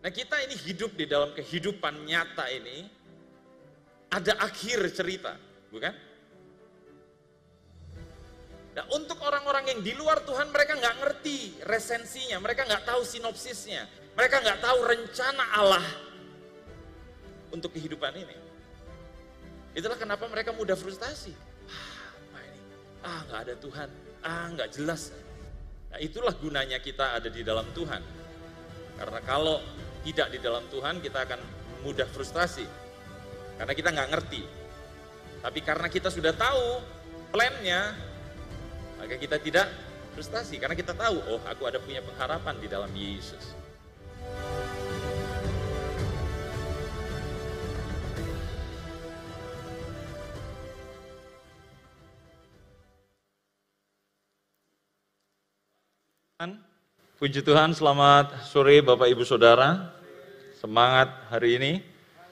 Nah, kita ini hidup di dalam kehidupan nyata ini, ada akhir cerita, bukan? Nah, untuk orang-orang yang di luar Tuhan, mereka nggak ngerti resensinya, mereka nggak tahu sinopsisnya, mereka nggak tahu rencana Allah untuk kehidupan ini. Itulah kenapa mereka mudah frustasi. Apa ini? Nggak ada Tuhan, nggak jelas. Nah, itulah gunanya kita ada di dalam Tuhan. Karena kalau tidak di dalam Tuhan, kita akan mudah frustasi. Karena kita nggak ngerti. Tapi karena kita sudah tahu plan-nya, maka kita tidak frustasi. Karena kita tahu, aku ada punya pengharapan di dalam Yesus. Puji Tuhan, selamat sore Bapak Ibu Saudara. Semangat hari ini.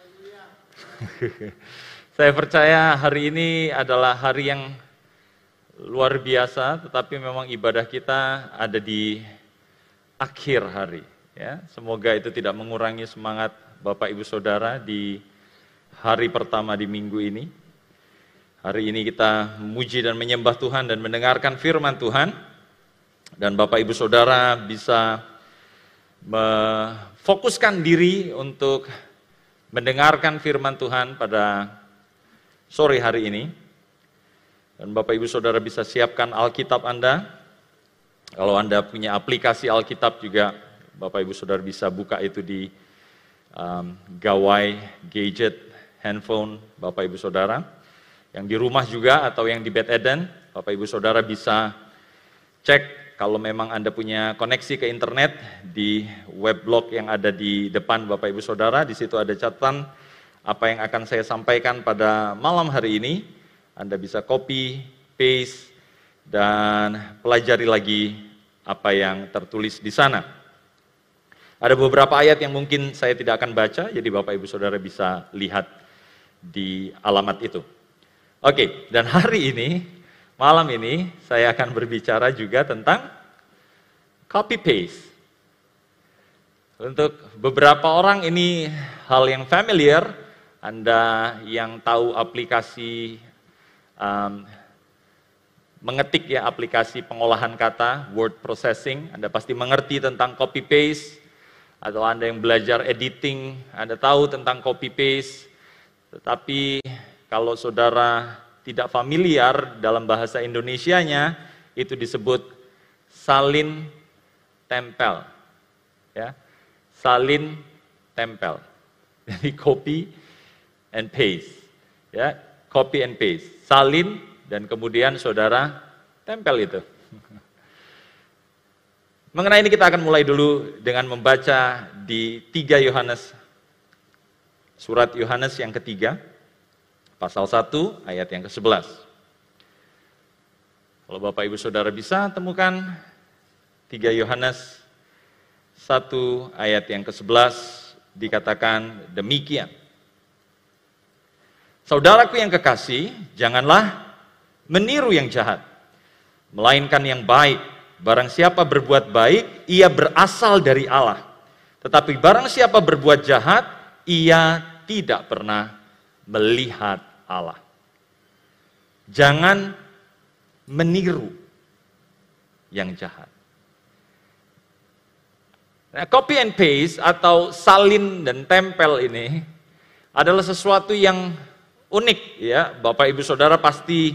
Saya percaya hari ini adalah hari yang luar biasa, tetapi memang ibadah kita ada di akhir hari. Ya, semoga itu tidak mengurangi semangat Bapak Ibu Saudara di hari pertama di minggu ini. Hari ini kita memuji dan menyembah Tuhan dan mendengarkan firman Tuhan. Dan Bapak Ibu Saudara bisa memfokuskan diri untuk mendengarkan firman Tuhan pada sore hari ini. Dan Bapak Ibu Saudara bisa siapkan Alkitab Anda. Kalau Anda punya aplikasi Alkitab juga, Bapak Ibu Saudara bisa buka itu di gawai, gadget, handphone Bapak Ibu Saudara. Yang di rumah juga atau yang di bed Eden, Bapak Ibu Saudara bisa cek. Kalau memang Anda punya koneksi ke internet, di weblog yang ada di depan Bapak Ibu Saudara, di situ ada catatan apa yang akan saya sampaikan pada malam hari ini. Anda bisa copy, paste, dan pelajari lagi apa yang tertulis di sana. Ada beberapa ayat yang mungkin saya tidak akan baca, jadi Bapak Ibu Saudara bisa lihat di alamat itu. Oke, dan hari ini, malam ini saya akan berbicara juga tentang copy paste. Untuk beberapa orang ini hal yang familiar. Anda yang tahu aplikasi mengetik ya, aplikasi pengolahan kata, word processing, Anda pasti mengerti tentang copy paste. Atau Anda yang belajar editing, Anda tahu tentang copy paste. Tetapi kalau saudara tidak familiar dalam bahasa Indonesianya, itu disebut salin tempel. Ya. Salin tempel. Jadi copy and paste. Ya, copy and paste. Salin dan kemudian saudara tempel itu. Mengenai ini kita akan mulai dulu dengan membaca di 3 Yohanes, surat Yohanes yang ketiga, pasal 1 ayat yang ke-11. Kalau Bapak Ibu Saudara bisa temukan 3 Yohanes 1 ayat yang ke-11 dikatakan demikian. Saudaraku yang kekasih, janganlah meniru yang jahat, melainkan yang baik. Barang siapa berbuat baik, ia berasal dari Allah. Tetapi barang siapa berbuat jahat, ia tidak pernah melihat Allah. Jangan meniru yang jahat. Nah, copy and paste atau salin dan tempel ini adalah sesuatu yang unik ya. Bapak Ibu Saudara pasti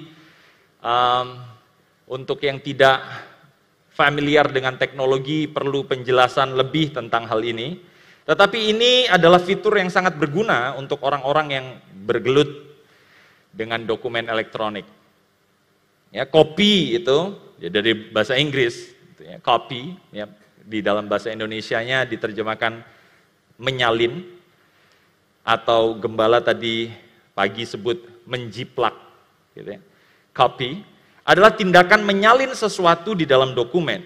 untuk yang tidak familiar dengan teknologi perlu penjelasan lebih tentang hal ini. Tetapi ini adalah fitur yang sangat berguna untuk orang-orang yang bergelut dengan dokumen elektronik. Ya, copy itu ya, dari bahasa Inggris, ya, copy, ya, di dalam bahasa Indonesianya diterjemahkan menyalin, atau gembala tadi pagi sebut menjiplak. Gitu ya. Copy adalah tindakan menyalin sesuatu di dalam dokumen.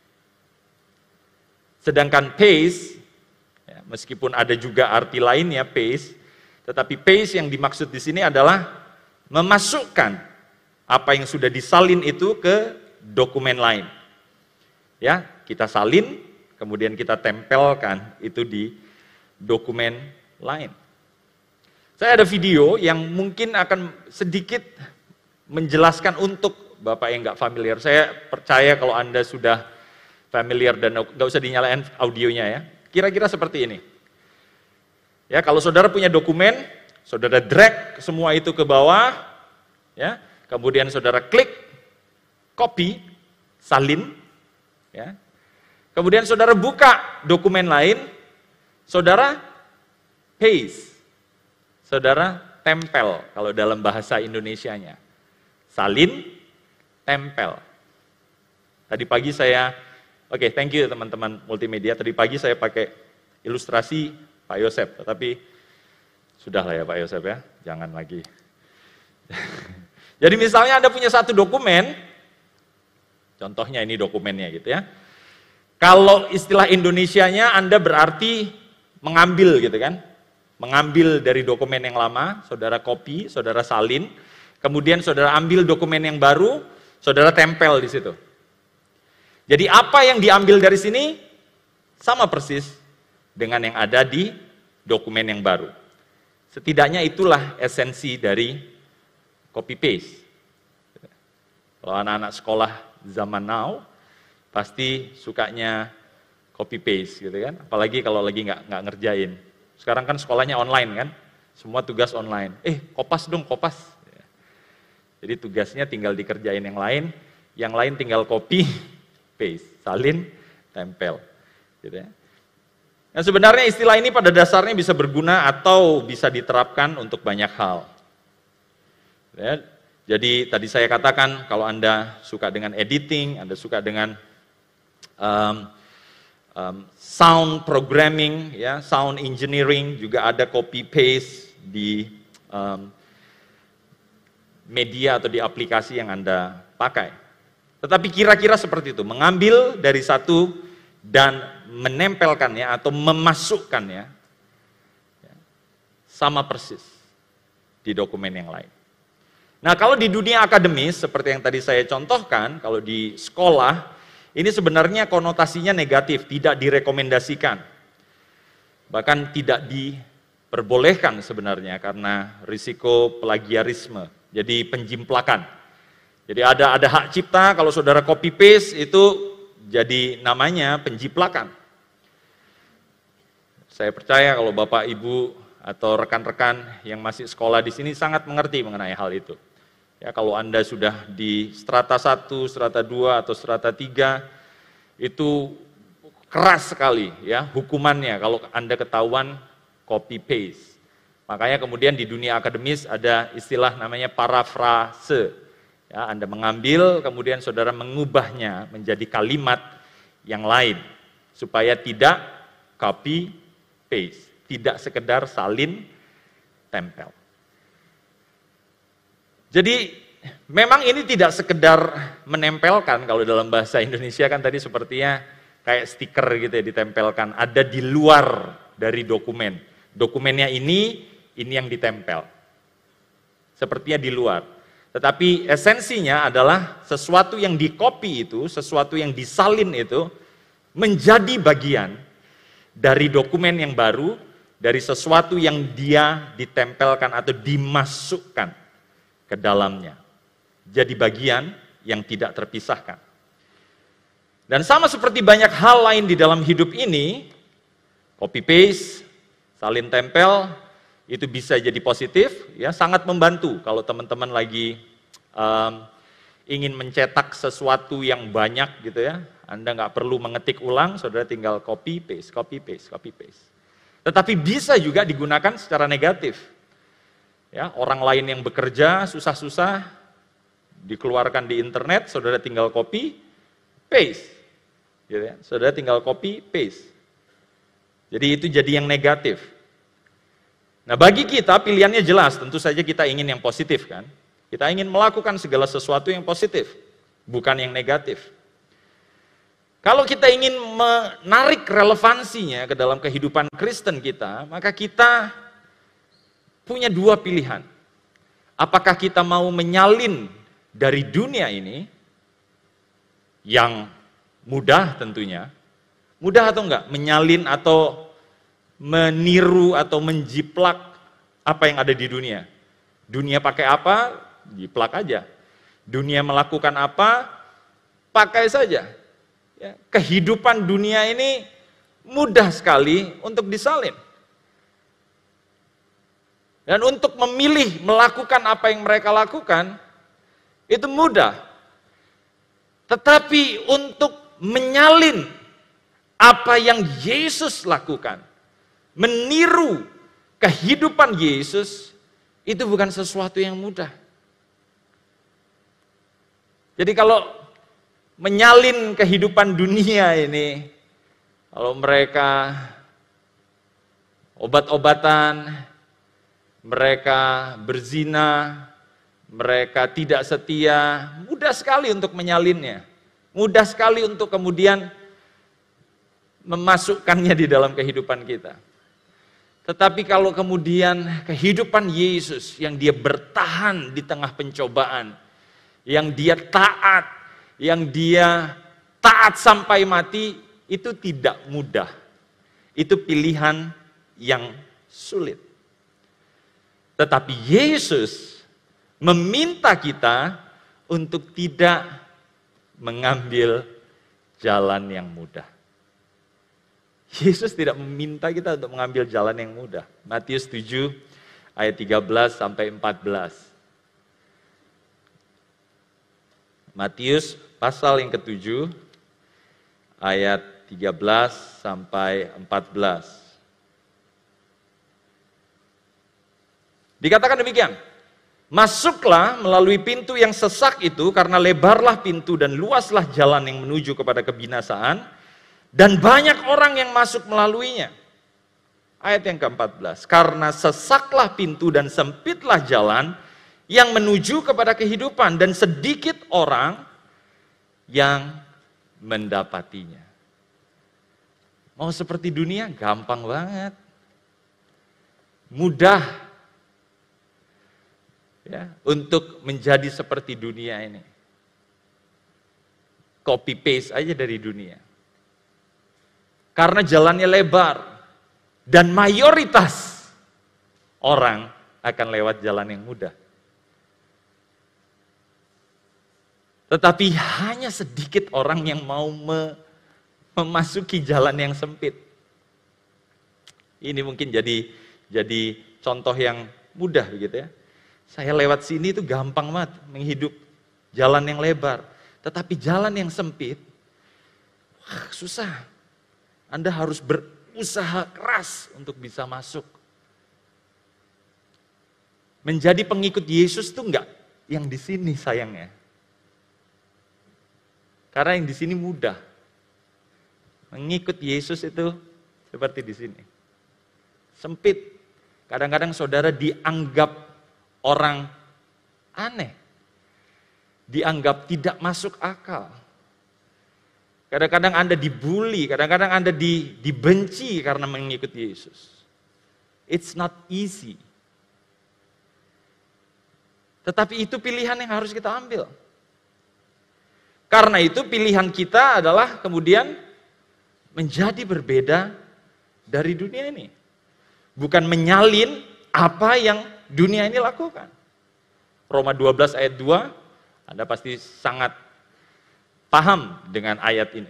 Sedangkan paste, ya, meskipun ada juga arti lainnya paste, tetapi paste yang dimaksud di sini adalah memasukkan apa yang sudah disalin itu ke dokumen lain. Ya, kita salin, kemudian kita tempelkan itu di dokumen lain. Saya ada video yang mungkin akan sedikit menjelaskan untuk Bapak yang nggak familiar. Saya percaya kalau Anda sudah familiar dan nggak usah dinyalain audionya ya. Kira-kira seperti ini. Ya, kalau saudara punya dokumen, saudara drag semua itu ke bawah, ya. Kemudian saudara klik, copy, salin, ya. Kemudian saudara buka dokumen lain, saudara paste. Saudara tempel, kalau dalam bahasa Indonesianya. Salin, tempel. Tadi pagi saya, oke, thank you teman-teman multimedia. Tadi pagi saya pakai ilustrasi Pak Yosep, tetapi sudahlah ya Pak Yosep ya, jangan lagi. Jadi misalnya Anda punya satu dokumen, contohnya ini dokumennya gitu ya. Kalau istilah Indonesianya Anda berarti mengambil gitu kan. Mengambil dari dokumen yang lama, saudara copy, saudara salin, kemudian saudara ambil dokumen yang baru, saudara tempel di situ. Jadi apa yang diambil dari sini sama persis dengan yang ada di dokumen yang baru. Setidaknya itulah esensi dari copy paste. Kalau anak-anak sekolah zaman now pasti sukanya copy paste gitu kan, apalagi kalau lagi nggak ngerjain. Sekarang kan sekolahnya online kan, semua tugas online. Kopas dong, kopas. Jadi tugasnya tinggal dikerjain yang lain tinggal copy, paste, salin, tempel. Gitu ya. Nah sebenarnya istilah ini pada dasarnya bisa berguna atau bisa diterapkan untuk banyak hal. Ya, jadi tadi saya katakan kalau Anda suka dengan editing, Anda suka dengan sound programming, ya, sound engineering, juga ada copy paste di media atau di aplikasi yang Anda pakai. Tetapi kira-kira seperti itu, mengambil dari satu dan menempelkannya atau memasukkannya sama persis di dokumen yang lain. Nah, kalau di dunia akademis seperti yang tadi saya contohkan, kalau di sekolah ini sebenarnya konotasinya negatif, tidak direkomendasikan. Bahkan tidak diperbolehkan sebenarnya karena risiko plagiarisme, jadi penjimplakan. Jadi ada hak cipta, kalau saudara copy paste itu jadi namanya penjiplakan. Saya percaya kalau Bapak, Ibu, atau rekan-rekan yang masih sekolah di sini sangat mengerti mengenai hal itu. Ya, kalau Anda sudah di strata 1, strata 2, atau strata 3, itu keras sekali ya hukumannya kalau Anda ketahuan copy paste. Makanya kemudian di dunia akademis ada istilah namanya parafrase. Ya, Anda mengambil kemudian saudara mengubahnya menjadi kalimat yang lain supaya tidak copy paste, tidak sekedar salin tempel. Jadi memang ini tidak sekedar menempelkan, kalau dalam bahasa Indonesia kan tadi sepertinya kayak stiker gitu ya ditempelkan, ada di luar dari dokumen. Dokumennya ini yang ditempel. Sepertinya di luar. Tetapi esensinya adalah sesuatu yang di-copy itu, sesuatu yang disalin itu menjadi bagian dari dokumen yang baru, dari sesuatu yang dia ditempelkan atau dimasukkan ke dalamnya. Jadi bagian yang tidak terpisahkan. Dan sama seperti banyak hal lain di dalam hidup ini, copy paste, salin tempel, itu bisa jadi positif, ya sangat membantu kalau teman-teman lagi ingin mencetak sesuatu yang banyak gitu ya. Anda nggak perlu mengetik ulang, saudara tinggal copy paste, copy paste, copy paste. Tetapi bisa juga digunakan secara negatif. Ya, orang lain yang bekerja susah-susah dikeluarkan di internet, saudara tinggal copy, paste. Gitu ya. Saudara tinggal copy, paste. Jadi itu jadi yang negatif. Nah bagi kita pilihannya jelas, tentu saja kita ingin yang positif kan. Kita ingin melakukan segala sesuatu yang positif, bukan yang negatif. Kalau kita ingin menarik relevansinya ke dalam kehidupan Kristen kita, maka kita punya dua pilihan. Apakah kita mau menyalin dari dunia ini, yang mudah tentunya, mudah atau enggak, menyalin atau meniru atau menjiplak apa yang ada di dunia. Dunia pakai apa, jiplak aja. Dunia melakukan apa, pakai saja. Ya, kehidupan dunia ini mudah sekali untuk disalin. Dan untuk memilih melakukan apa yang mereka lakukan, itu mudah. Tetapi untuk menyalin apa yang Yesus lakukan, meniru kehidupan Yesus, itu bukan sesuatu yang mudah. Jadi kalau menyalin kehidupan dunia ini, kalau mereka obat-obatan, mereka berzina, mereka tidak setia, mudah sekali untuk menyalinnya. Mudah sekali untuk kemudian memasukkannya di dalam kehidupan kita. Tetapi kalau kemudian kehidupan Yesus yang dia bertahan di tengah pencobaan, yang dia taat sampai mati, itu tidak mudah. Itu pilihan yang sulit. Tetapi Yesus meminta kita untuk tidak mengambil jalan yang mudah. Yesus tidak meminta kita untuk mengambil jalan yang mudah. Matius 7 ayat 13 sampai 14. Matius pasal yang ke-7 ayat 13 sampai 14. Dikatakan demikian, masuklah melalui pintu yang sesak itu, karena lebarlah pintu dan luaslah jalan yang menuju kepada kebinasaan, dan banyak orang yang masuk melaluinya. Ayat yang ke-14, karena sesaklah pintu dan sempitlah jalan yang menuju kepada kehidupan, dan sedikit orang yang mendapatinya. Mau seperti dunia? Gampang banget. Mudah. Ya, untuk menjadi seperti dunia ini. Copy paste aja dari dunia. Karena jalannya lebar dan mayoritas orang akan lewat jalan yang mudah. Tetapi hanya sedikit orang yang mau memasuki jalan yang sempit. Ini mungkin jadi contoh yang mudah begitu ya. Saya lewat sini itu gampang banget menghidup jalan yang lebar. Tetapi jalan yang sempit, wah, susah. Anda harus berusaha keras untuk bisa masuk. Menjadi pengikut Yesus itu enggak yang di sini sayangnya. Karena yang di sini mudah. Mengikut Yesus itu seperti di sini. Sempit. Kadang-kadang saudara dianggap orang aneh, dianggap tidak masuk akal. Kadang-kadang Anda dibully, kadang-kadang Anda dibenci karena mengikuti Yesus. It's not easy. Tetapi itu pilihan yang harus kita ambil. Karena itu pilihan kita adalah kemudian menjadi berbeda dari dunia ini. Bukan menyalin apa yang dunia ini lakukan. Roma 12 ayat 2, Anda pasti sangat paham dengan ayat ini.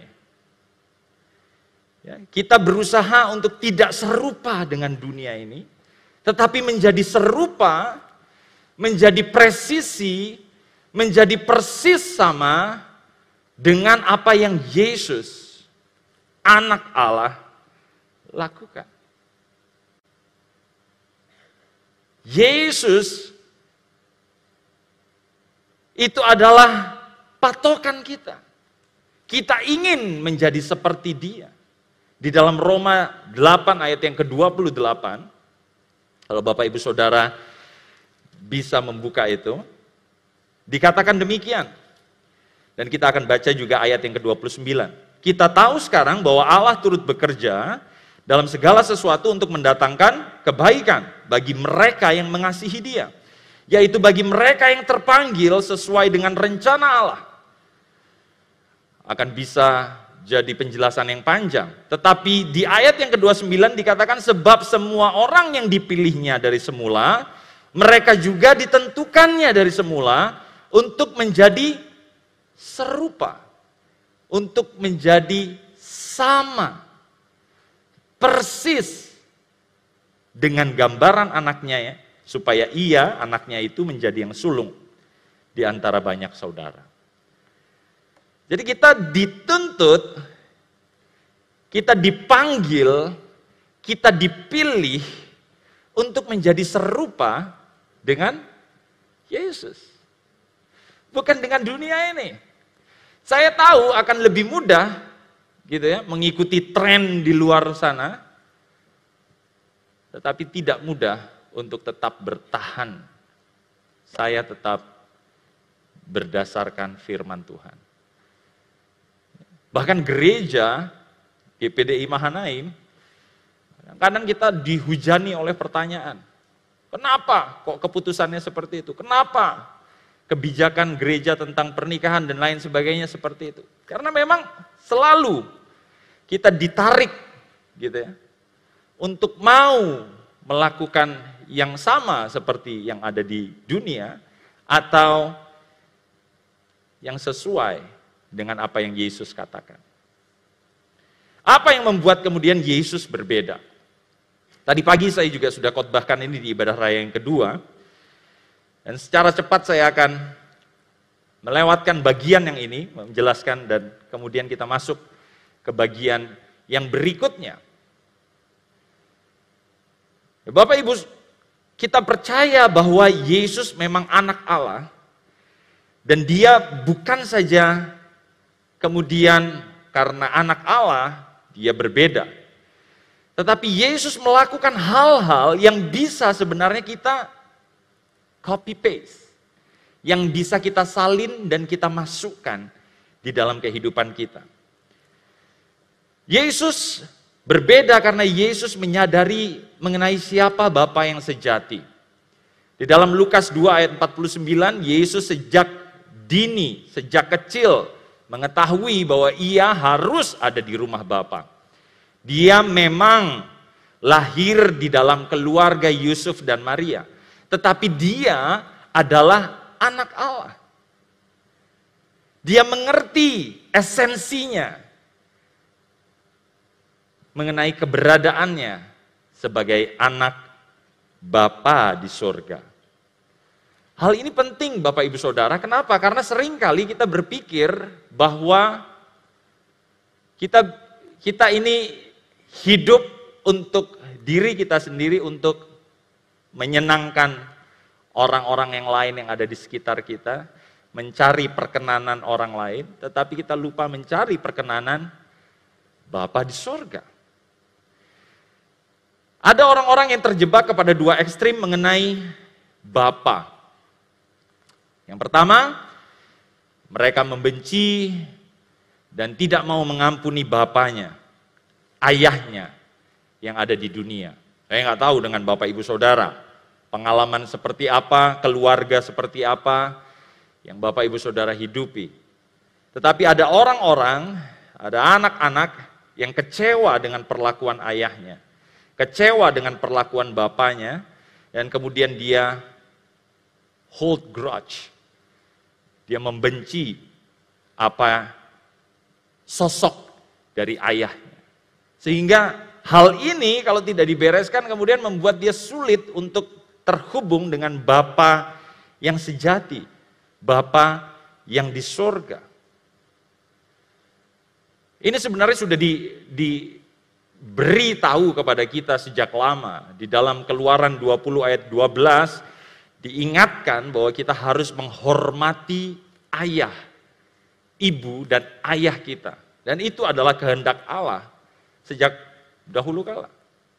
Ya, kita berusaha untuk tidak serupa dengan dunia ini, tetapi menjadi serupa, menjadi presisi, menjadi persis sama dengan apa yang Yesus, anak Allah, lakukan. Yesus itu adalah patokan kita. Kita ingin menjadi seperti Dia. Di dalam Roma 8 ayat yang ke-28, kalau Bapak Ibu Saudara bisa membuka itu, dikatakan demikian. Dan kita akan baca juga ayat yang ke-29. Kita tahu sekarang bahwa Allah turut bekerja dalam segala sesuatu untuk mendatangkan kebaikan bagi mereka yang mengasihi Dia, yaitu bagi mereka yang terpanggil sesuai dengan rencana Allah. Akan bisa jadi penjelasan yang panjang. Tetapi di ayat yang ke-29 dikatakan sebab semua orang yang dipilihnya dari semula, mereka juga ditentukannya dari semula untuk menjadi serupa, untuk menjadi sama, persis dengan gambaran anaknya ya, supaya ia, anaknya itu menjadi yang sulung di antara banyak saudara. Jadi kita dituntut, kita dipanggil, kita dipilih untuk menjadi serupa dengan Yesus. Bukan dengan dunia ini. Saya tahu akan lebih mudah gitu ya, mengikuti tren di luar sana, tetapi tidak mudah untuk tetap bertahan. Saya tetap berdasarkan firman Tuhan. Bahkan gereja GPDI Mahanaim, kadang kita dihujani oleh pertanyaan. Kenapa kok keputusannya seperti itu? Kenapa kebijakan gereja tentang pernikahan dan lain sebagainya seperti itu? Karena memang selalu kita ditarik gitu ya, untuk mau melakukan yang sama seperti yang ada di dunia atau yang sesuai dengan apa yang Yesus katakan. Apa yang membuat kemudian Yesus berbeda? Tadi pagi saya juga sudah khotbahkan ini di ibadah raya yang kedua. Dan secara cepat saya akan melewatkan bagian yang ini, menjelaskan dan kemudian kita masuk ke bagian yang berikutnya. Bapak Ibu, kita percaya bahwa Yesus memang anak Allah dan dia bukan saja kemudian karena anak Allah, dia berbeda. Tetapi Yesus melakukan hal-hal yang bisa sebenarnya kita copy paste. Yang bisa kita salin dan kita masukkan di dalam kehidupan kita. Yesus berbeda karena Yesus menyadari mengenai siapa Bapa yang sejati. Di dalam Lukas 2 ayat 49, Yesus sejak dini, sejak kecil, mengetahui bahwa ia harus ada di rumah Bapa. Dia memang lahir di dalam keluarga Yusuf dan Maria. Tetapi dia adalah anak Allah. Dia mengerti esensinya mengenai keberadaannya sebagai anak Bapa di surga. Hal ini penting Bapak Ibu Saudara, kenapa? Karena seringkali kita berpikir bahwa kita ini hidup untuk diri kita sendiri, untuk menyenangkan orang-orang yang lain yang ada di sekitar kita, mencari perkenanan orang lain, tetapi kita lupa mencari perkenanan Bapa di surga. Ada orang-orang yang terjebak kepada dua ekstrim mengenai Bapa. Yang pertama, mereka membenci dan tidak mau mengampuni bapaknya, ayahnya yang ada di dunia. Saya nggak tahu dengan Bapak Ibu Saudara, pengalaman seperti apa, keluarga seperti apa yang Bapak Ibu Saudara hidupi. Tetapi ada orang-orang, ada anak-anak yang kecewa dengan perlakuan ayahnya, kecewa dengan perlakuan bapaknya, dan kemudian dia hold grudge. Dia membenci apa sosok dari ayahnya. Sehingga hal ini kalau tidak dibereskan kemudian membuat dia sulit untuk terhubung dengan Bapa yang sejati, Bapa yang di surga. Ini sebenarnya sudah diberi tahu kepada kita sejak lama. Di dalam Keluaran 20 ayat 12 diingatkan bahwa kita harus menghormati ayah, ibu, dan ayah kita. Dan itu adalah kehendak Allah sejak dahulu kala.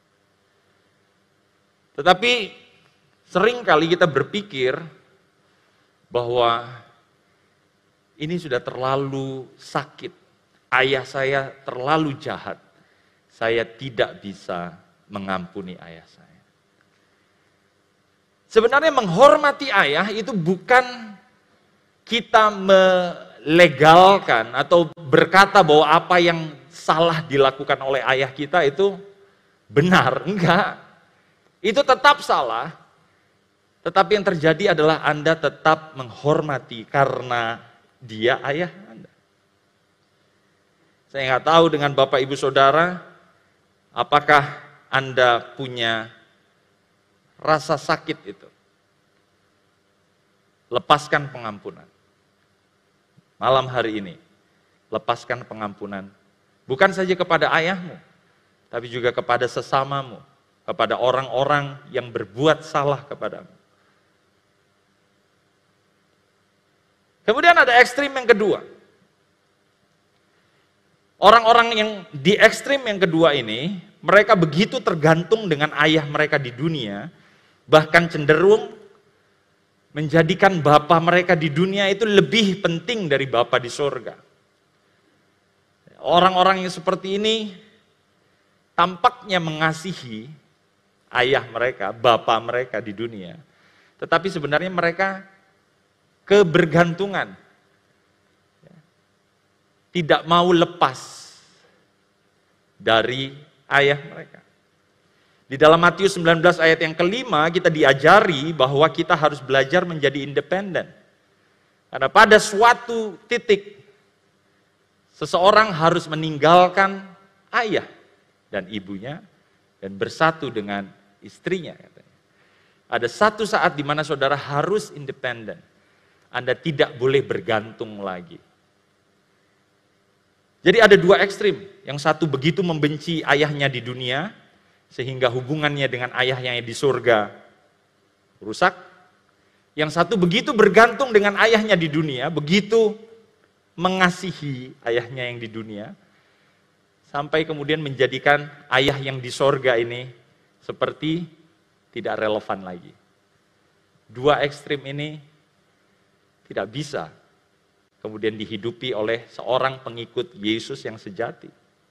Tetapi seringkali kita berpikir bahwa ini sudah terlalu sakit. Ayah saya terlalu jahat. Saya tidak bisa mengampuni ayah saya. Sebenarnya menghormati ayah itu bukan kita legalkan atau berkata bahwa apa yang salah dilakukan oleh ayah kita itu benar. Enggak. Itu tetap salah. Tetapi yang terjadi adalah Anda tetap menghormati karena dia ayah Anda. Saya nggak tahu dengan Bapak Ibu Saudara, apakah Anda punya rasa sakit itu. Lepaskan pengampunan. Malam hari ini, lepaskan pengampunan. Bukan saja kepada ayahmu, tapi juga kepada sesamamu, kepada orang-orang yang berbuat salah kepadamu. Kemudian ada ekstrim yang kedua. Orang-orang yang di ekstrim yang kedua ini, mereka begitu tergantung dengan ayah mereka di dunia, bahkan cenderung menjadikan bapa mereka di dunia itu lebih penting dari bapa di surga. Orang-orang yang seperti ini tampaknya mengasihi ayah mereka, bapa mereka di dunia. Tetapi sebenarnya mereka kebergantungan. Tidak mau lepas dari ayah mereka. Di dalam Matius 19 ayat yang kelima kita diajari bahwa kita harus belajar menjadi independen. Karena pada suatu titik seseorang harus meninggalkan ayah dan ibunya dan bersatu dengan istrinya. Ada satu saat di mana saudara harus independen. Anda tidak boleh bergantung lagi. Jadi ada dua ekstrim. Yang satu begitu membenci ayahnya di dunia, sehingga hubungannya dengan ayahnya di surga rusak. Yang satu begitu bergantung dengan ayahnya di dunia, begitu mengasihi ayahnya yang di dunia, sampai kemudian menjadikan ayah yang di surga ini seperti tidak relevan lagi. Dua ekstrim ini tidak bisa kemudian dihidupi oleh seorang pengikut Yesus yang sejati.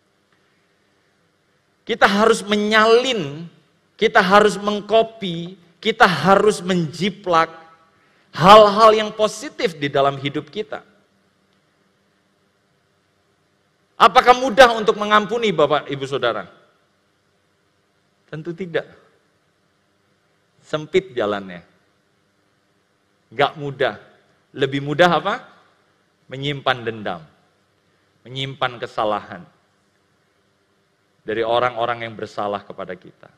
Kita harus menyalin, kita harus mengkopi, kita harus menjiplak hal-hal yang positif di dalam hidup kita. Apakah mudah untuk mengampuni Bapak Ibu Saudara? Tentu tidak. Sempit jalannya. Gak mudah. Lebih mudah apa? Menyimpan dendam, menyimpan kesalahan dari orang-orang yang bersalah kepada kita.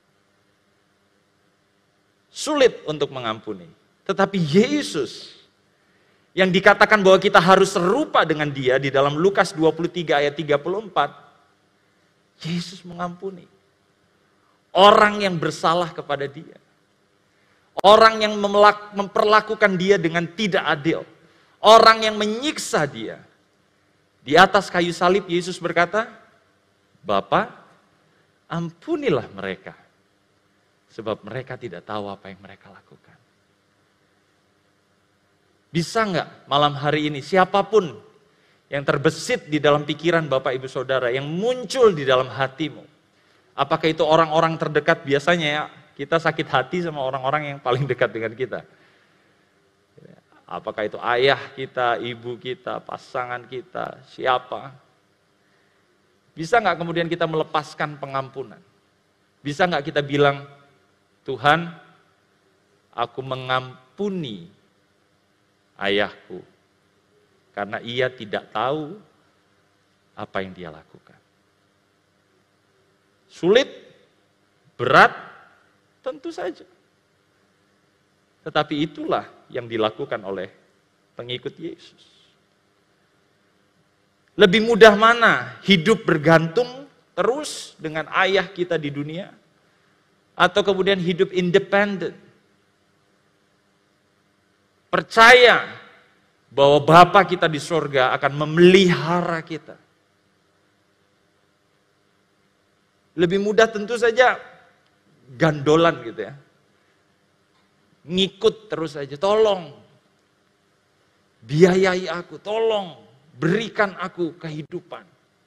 Sulit untuk mengampuni, tetapi Yesus yang dikatakan bahwa kita harus serupa dengan Dia di dalam Lukas 23 ayat 34, Yesus mengampuni orang yang bersalah kepada Dia, orang yang memperlakukan Dia dengan tidak adil. Orang yang menyiksa Dia. Di atas kayu salib Yesus berkata, Bapa, ampunilah mereka. Sebab mereka tidak tahu apa yang mereka lakukan. Bisa nggak malam hari ini siapapun yang terbesit di dalam pikiran Bapak Ibu Saudara, yang muncul di dalam hatimu. Apakah itu orang-orang terdekat? Biasanya ya, kita sakit hati sama orang-orang yang paling dekat dengan kita. Apakah itu ayah kita, ibu kita, pasangan kita, siapa? Bisa nggak kemudian kita melepaskan pengampunan? Bisa nggak kita bilang, Tuhan, aku mengampuni ayahku, karena ia tidak tahu apa yang dia lakukan. Sulit, berat, tentu saja. Tetapi itulah yang dilakukan oleh pengikut Yesus. Lebih mudah mana hidup bergantung terus dengan ayah kita di dunia, atau kemudian hidup independen? Percaya bahwa Bapa kita di surga akan memelihara kita. Lebih mudah tentu saja gandolan gitu ya. Ngikut terus aja, tolong biayai aku, tolong berikan aku kehidupan.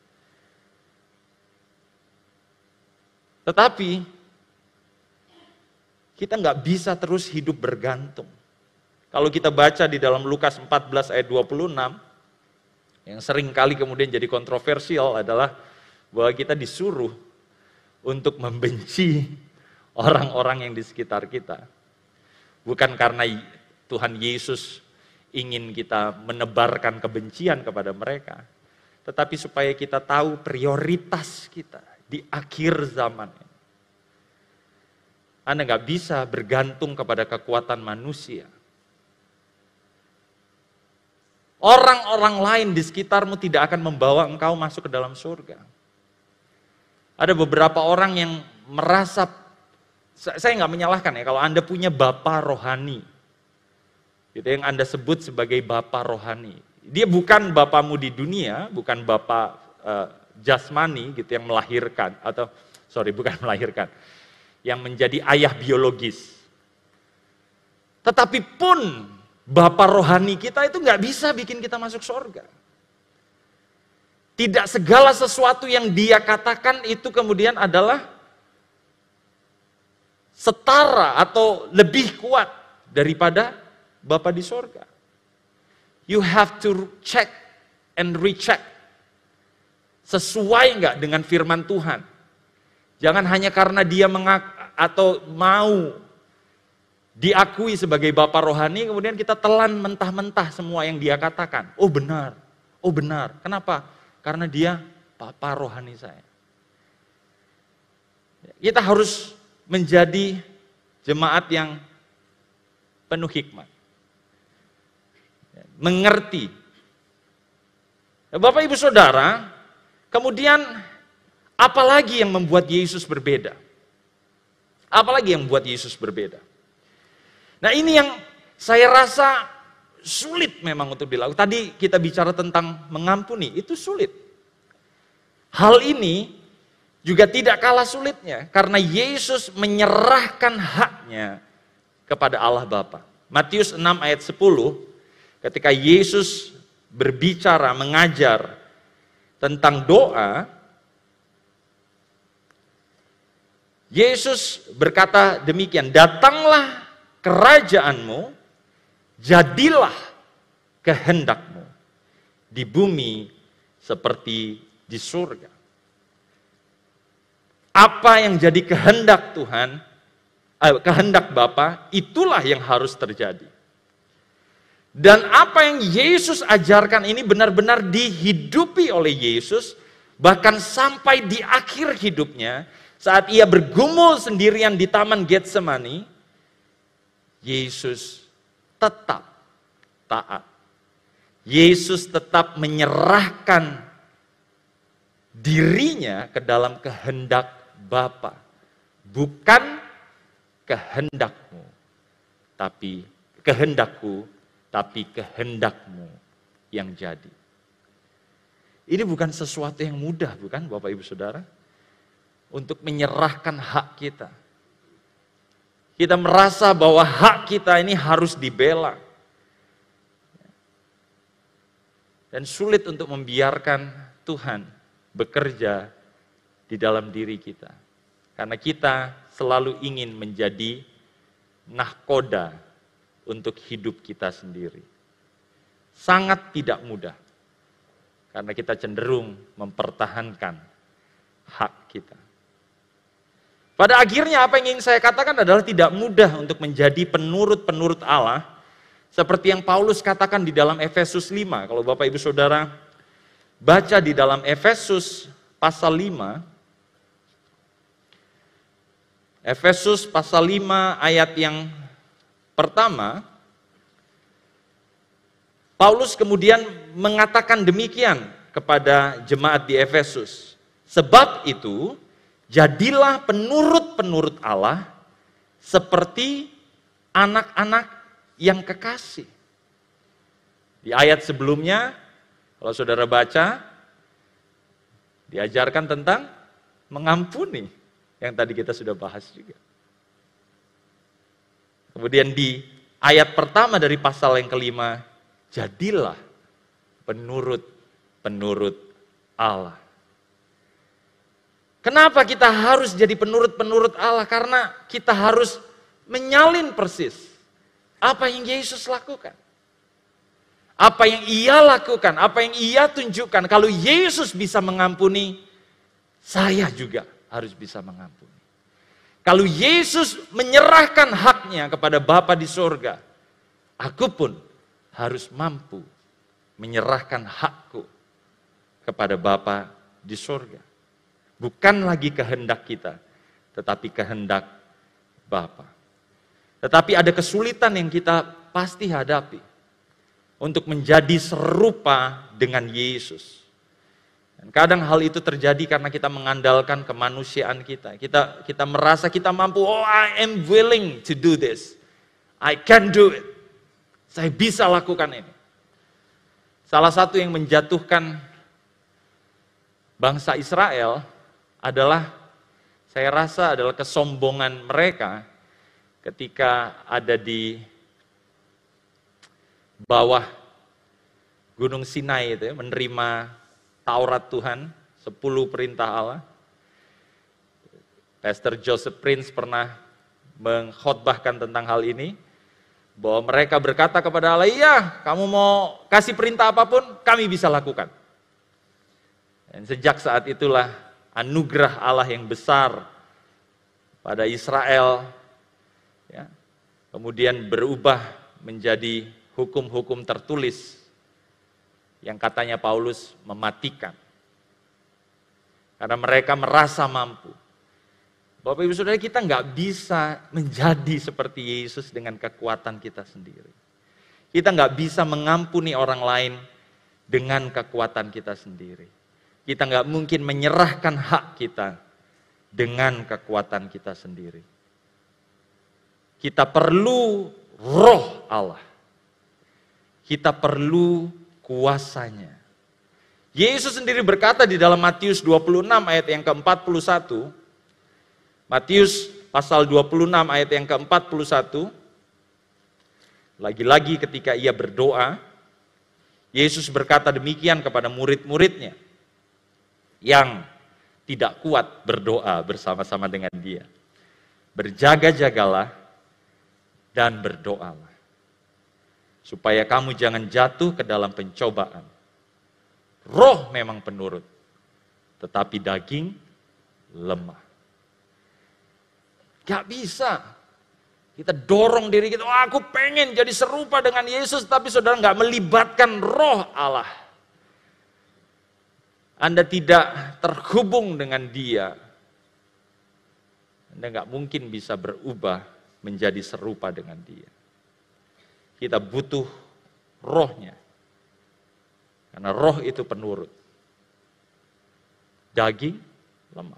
Tetapi kita nggak bisa terus hidup bergantung. Kalau kita baca di dalam Lukas 14 ayat 26, Yang sering kali kemudian jadi kontroversial adalah bahwa kita disuruh untuk membenci orang-orang yang di sekitar kita. Bukan karena Tuhan Yesus ingin kita menebarkan kebencian kepada mereka, tetapi supaya kita tahu prioritas kita di akhir zaman. Anda nggak bisa bergantung kepada kekuatan manusia. Orang-orang lain di sekitarmu tidak akan membawa engkau masuk ke dalam surga. Ada beberapa orang yang merasa, saya nggak menyalahkan ya, kalau Anda punya bapa rohani, gitu, yang Anda sebut sebagai bapa rohani. Dia bukan bapamu di dunia, bukan bapa jasmani gitu yang melahirkan, atau bukan melahirkan, yang menjadi ayah biologis. Tetapi pun bapa rohani kita itu nggak bisa bikin kita masuk surga. Tidak segala sesuatu yang dia katakan itu kemudian adalah setara atau lebih kuat daripada Bapa di surga. You have to check and recheck. Sesuai nggak dengan firman Tuhan? Jangan hanya karena dia atau mau diakui sebagai bapa rohani, kemudian kita telan mentah-mentah semua yang dia katakan. Oh benar. Kenapa? Karena dia bapa rohani saya. Kita harus menjadi jemaat yang penuh hikmat. Mengerti. Bapak Ibu Saudara, kemudian apalagi yang membuat Yesus berbeda? Apalagi yang membuat Yesus berbeda? Nah ini yang saya rasa sulit memang untuk dilakukan. Tadi kita bicara tentang mengampuni, itu sulit. Hal ini juga tidak kalah sulitnya karena Yesus menyerahkan haknya kepada Allah Bapa. Matius 6 ayat 10, ketika Yesus berbicara, mengajar tentang doa, Yesus berkata demikian, datanglah kerajaanmu, jadilah kehendakmu di bumi seperti di surga. Apa yang jadi kehendak Tuhan, kehendak Bapa, itulah yang harus terjadi. Dan apa yang Yesus ajarkan ini benar-benar dihidupi oleh Yesus, bahkan sampai di akhir hidupnya, saat ia bergumul sendirian di Taman Getsemani, Yesus tetap taat. Yesus tetap menyerahkan dirinya ke dalam kehendak Bapa. Bukan kehendakmu, tapi kehendakku, tapi kehendakmu yang jadi. Ini bukan sesuatu yang mudah, bukan Bapak Ibu Saudara? Untuk menyerahkan hak kita. Kita merasa bahwa hak kita ini harus dibela. Dan sulit untuk membiarkan Tuhan bekerja di dalam diri kita. Karena kita selalu ingin menjadi nahkoda untuk hidup kita sendiri. Sangat tidak mudah. Karena kita cenderung mempertahankan hak kita. Pada akhirnya apa yang ingin saya katakan adalah tidak mudah untuk menjadi penurut-penurut Allah. Seperti yang Paulus katakan di dalam Efesus 5. Kalau Bapak Ibu Saudara baca di dalam Efesus pasal 5. Efesus pasal 5 ayat yang pertama. Paulus kemudian mengatakan demikian kepada jemaat di Efesus. Sebab itu, jadilah penurut-penurut Allah seperti anak-anak yang kekasih. Di ayat sebelumnya, kalau saudara baca, diajarkan tentang mengampuni, yang tadi kita sudah bahas juga. Kemudian di ayat pertama dari pasal yang kelima, jadilah penurut-penurut Allah. Kenapa kita harus jadi penurut-penurut Allah? Karena kita harus menyalin persis apa yang Yesus lakukan. Apa yang ia lakukan, apa yang ia tunjukkan, kalau Yesus bisa mengampuni, saya juga harus bisa mengampuni. Kalau Yesus menyerahkan haknya kepada Bapa di surga, aku pun harus mampu menyerahkan hakku kepada Bapa di surga. Bukan lagi kehendak kita, tetapi kehendak Bapa. Tetapi ada kesulitan yang kita pasti hadapi untuk menjadi serupa dengan Yesus. Dan kadang hal itu terjadi karena kita mengandalkan kemanusiaan kita. Kita merasa kita mampu, oh I am willing to do this. I can do it. Saya bisa lakukan ini. Salah satu yang menjatuhkan bangsa Israel adalah, saya rasa adalah kesombongan mereka ketika ada di bawah Gunung Sinai itu, menerima Taurat Tuhan, 10 perintah Allah. Pastor Joseph Prince pernah mengkhotbahkan tentang hal ini, bahwa mereka berkata kepada Allah, iya kamu mau kasih perintah apapun, kami bisa lakukan. Dan sejak saat itulah anugerah Allah yang besar pada Israel, ya, kemudian berubah menjadi hukum-hukum tertulis yang katanya Paulus mematikan. Karena mereka merasa mampu. Bapak Ibu Saudara, kita nggak bisa menjadi seperti Yesus dengan kekuatan kita sendiri. Kita nggak bisa mengampuni orang lain dengan kekuatan kita sendiri. Kita nggak mungkin menyerahkan hak kita dengan kekuatan kita sendiri. Kita perlu roh Allah. Kita perlu kuasanya. Yesus sendiri berkata di dalam Matius 26 ayat yang ke-41, Matius pasal 26 ayat yang ke-41, lagi-lagi ketika ia berdoa, Yesus berkata demikian kepada murid-muridnya yang tidak kuat berdoa bersama-sama dengan dia. Berjaga-jagalah dan berdoalah, supaya kamu jangan jatuh ke dalam pencobaan. Roh memang penurut, tetapi daging lemah. Gak bisa kita dorong diri kita, oh, aku pengen jadi serupa dengan Yesus, tapi saudara gak melibatkan roh Allah. Anda tidak terhubung dengan dia, Anda gak mungkin bisa berubah menjadi serupa dengan dia. Kita butuh rohnya. Karena roh itu penurut. Daging lemah.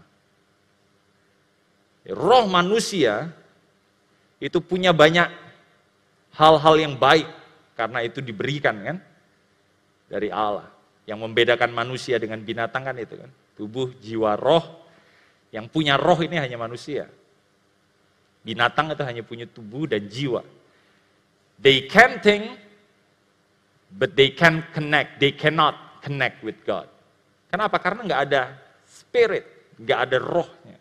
Roh manusia itu punya banyak hal-hal yang baik. Karena itu diberikan kan dari Allah. Yang membedakan manusia dengan binatang kan itu kan. Tubuh, jiwa, roh. Yang punya roh ini hanya manusia. Binatang itu hanya punya tubuh dan jiwa. They can think, but they can connect. They cannot connect with God. Kenapa? Karena nggak ada spirit, nggak ada rohnya.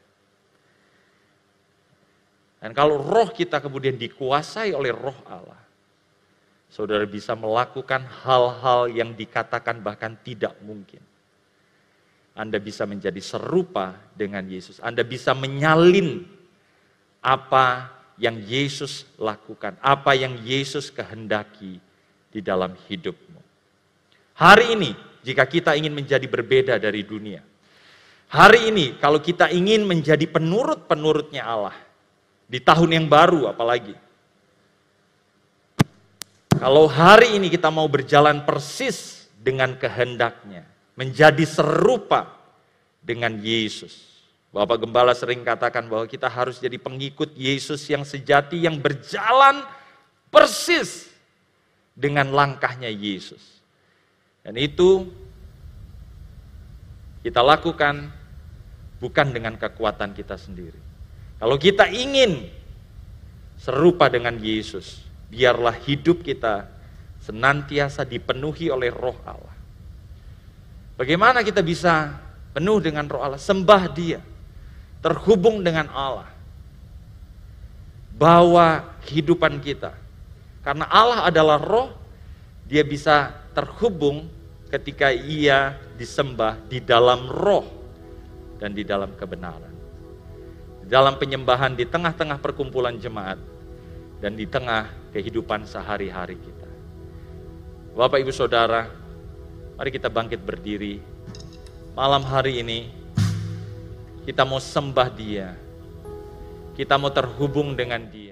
Dan kalau roh kita kemudian dikuasai oleh roh Allah, saudara bisa melakukan hal-hal yang dikatakan bahkan tidak mungkin. Anda bisa menjadi serupa dengan Yesus. Anda bisa menyalin apa yang Yesus lakukan, apa yang Yesus kehendaki di dalam hidupmu. Hari ini, jika kita ingin menjadi berbeda dari dunia, hari ini kalau kita ingin menjadi penurut-penurutnya Allah, di tahun yang baru apalagi, kalau hari ini kita mau berjalan persis dengan kehendaknya, menjadi serupa dengan Yesus. Bapak Gembala sering katakan bahwa kita harus jadi pengikut Yesus yang sejati, yang berjalan persis dengan langkahnya Yesus. Dan itu kita lakukan bukan dengan kekuatan kita sendiri. Kalau kita ingin serupa dengan Yesus, biarlah hidup kita senantiasa dipenuhi oleh roh Allah. Bagaimana kita bisa penuh dengan roh Allah? Sembah dia. Terhubung dengan Allah, bawa kehidupan kita, karena Allah adalah roh, Dia bisa terhubung ketika ia disembah di dalam roh dan di dalam kebenaran. Di dalam penyembahan di tengah-tengah perkumpulan jemaat dan di tengah kehidupan sehari-hari kita. Bapak Ibu Saudara, mari kita bangkit berdiri. Malam hari ini kita mau sembah Dia. Kita mau terhubung dengan Dia.